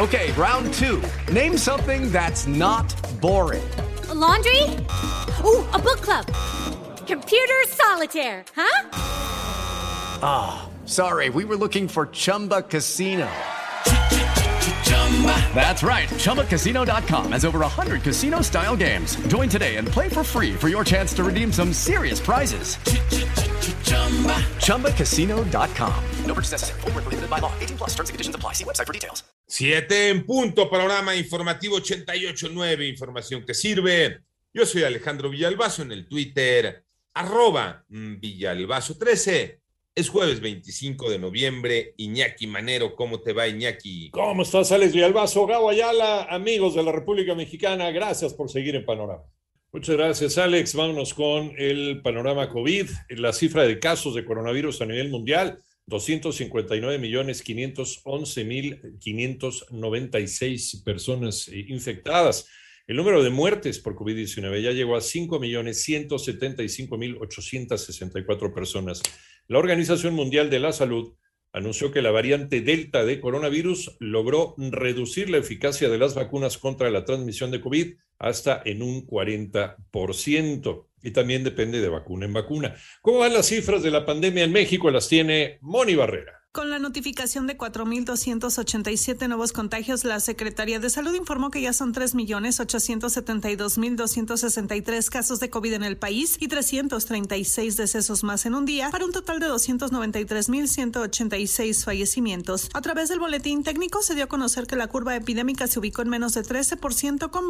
Okay, round two. Name something that's not boring. A laundry? Ooh, a book club. Computer solitaire, huh? Ah, sorry, we were looking for Chumba Casino. That's right, ChumbaCasino.com has over 100 casino-style games. Join today and play for free for your chance to redeem some serious prizes. ChumbaCasino.com. No purchase necessary. Void where prohibited by law. 18+ terms and conditions apply. See website for details. 7 en punto, panorama informativo 88.9, información que sirve. Yo soy Alejandro Villalbazo en el Twitter, @Villalbazo13. Es jueves 25 de noviembre. Iñaki Manero, ¿cómo te va, Iñaki? ¿Cómo estás, Alex Villalbazo? Gabo Ayala, amigos de la República Mexicana, gracias por seguir en Panorama. Muchas gracias, Alex. Vámonos con el panorama COVID. La cifra de casos de coronavirus a nivel mundial, 259.511.596 personas infectadas. El número de muertes por COVID-19 ya llegó a 5.175.864 personas. La Organización Mundial de la Salud anunció que la variante Delta de coronavirus logró reducir la eficacia de las vacunas contra la transmisión de COVID hasta en un 40%. Y también depende de vacuna en vacuna. ¿Cómo van las cifras de la pandemia en México? Las tiene Moni Barrera. Con la notificación de 4.287 nuevos contagios, la Secretaría de Salud informó que ya son 3.872.263 casos de COVID en el país y 336 decesos más en un día, para un total de 293.186 fallecimientos. A través del boletín técnico se dio a conocer que la curva epidémica se ubicó en menos de 13%, con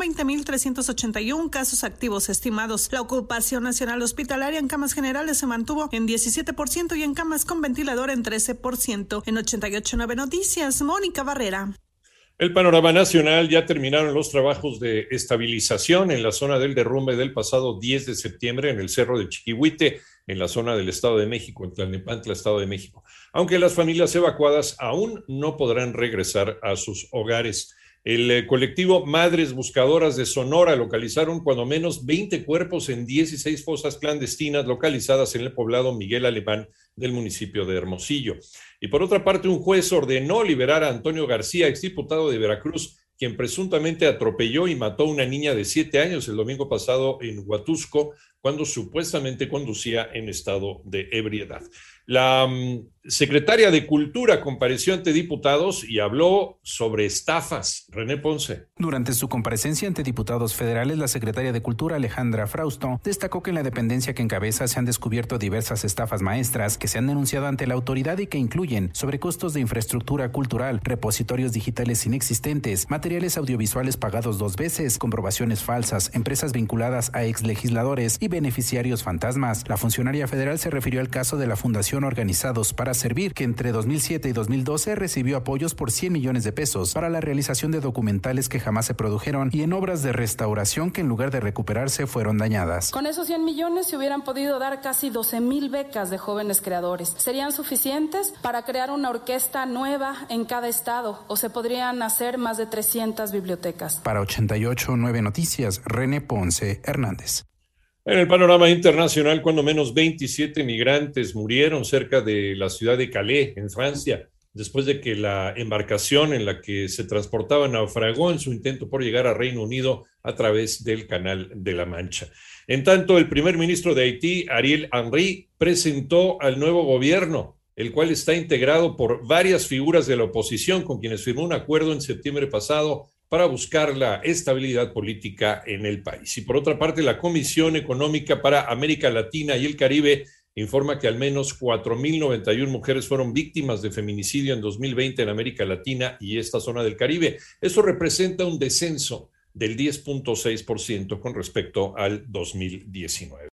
20.381 casos activos estimados. La ocupación nacional hospitalaria en camas generales se mantuvo en 17% y en camas con ventilador en 13%. En 88.9 Noticias, Mónica Barrera. El panorama nacional: ya terminaron los trabajos de estabilización en la zona del derrumbe del pasado 10 de septiembre en el Cerro de Chiquihuite, en la zona del Estado de México, en Tlalnepantla, Estado de México. Aunque las familias evacuadas aún no podrán regresar a sus hogares. El colectivo Madres Buscadoras de Sonora localizaron cuando menos 20 cuerpos en 16 fosas clandestinas localizadas en el poblado Miguel Alemán del municipio de Hermosillo. Y por otra parte, un juez ordenó liberar a Antonio García, exdiputado de Veracruz, quien presuntamente atropelló y mató a una niña de 7 años el domingo pasado en Huatusco, cuando supuestamente conducía en estado de ebriedad. La secretaria de Cultura compareció ante diputados y habló sobre estafas. René Ponce. Durante su comparecencia ante diputados federales, la secretaria de Cultura, Alejandra Frausto, destacó que en la dependencia que encabeza se han descubierto diversas estafas maestras que se han denunciado ante la autoridad y que incluyen sobrecostos de infraestructura cultural, repositorios digitales inexistentes, materiales audiovisuales pagados 2 veces, comprobaciones falsas, empresas vinculadas a exlegisladores y beneficiarios fantasmas. La funcionaria federal se refirió al caso de la Fundación Organizados para Servir, que entre 2007 y 2012 recibió apoyos por 100 millones de pesos para la realización de documentales que jamás se produjeron y en obras de restauración que en lugar de recuperarse fueron dañadas. Con esos 100 millones se hubieran podido dar casi 12,000 becas de jóvenes creadores. ¿Serían suficientes para crear una orquesta nueva en cada estado o se podrían hacer más de 300 bibliotecas? Para 88.9 Noticias, René Ponce Hernández. En el panorama internacional, cuando menos 27 migrantes murieron cerca de la ciudad de Calais, en Francia, después de que la embarcación en la que se transportaban naufragó en su intento por llegar a Reino Unido a través del Canal de la Mancha. En tanto, el primer ministro de Haití, Ariel Henry, presentó al nuevo gobierno, el cual está integrado por varias figuras de la oposición con quienes firmó un acuerdo en septiembre pasado para buscar la estabilidad política en el país. Y por otra parte, la Comisión Económica para América Latina y el Caribe informa que al menos 4.091 mujeres fueron víctimas de feminicidio en 2020 en América Latina y esta zona del Caribe. Eso representa un descenso del 10.6% con respecto al 2019.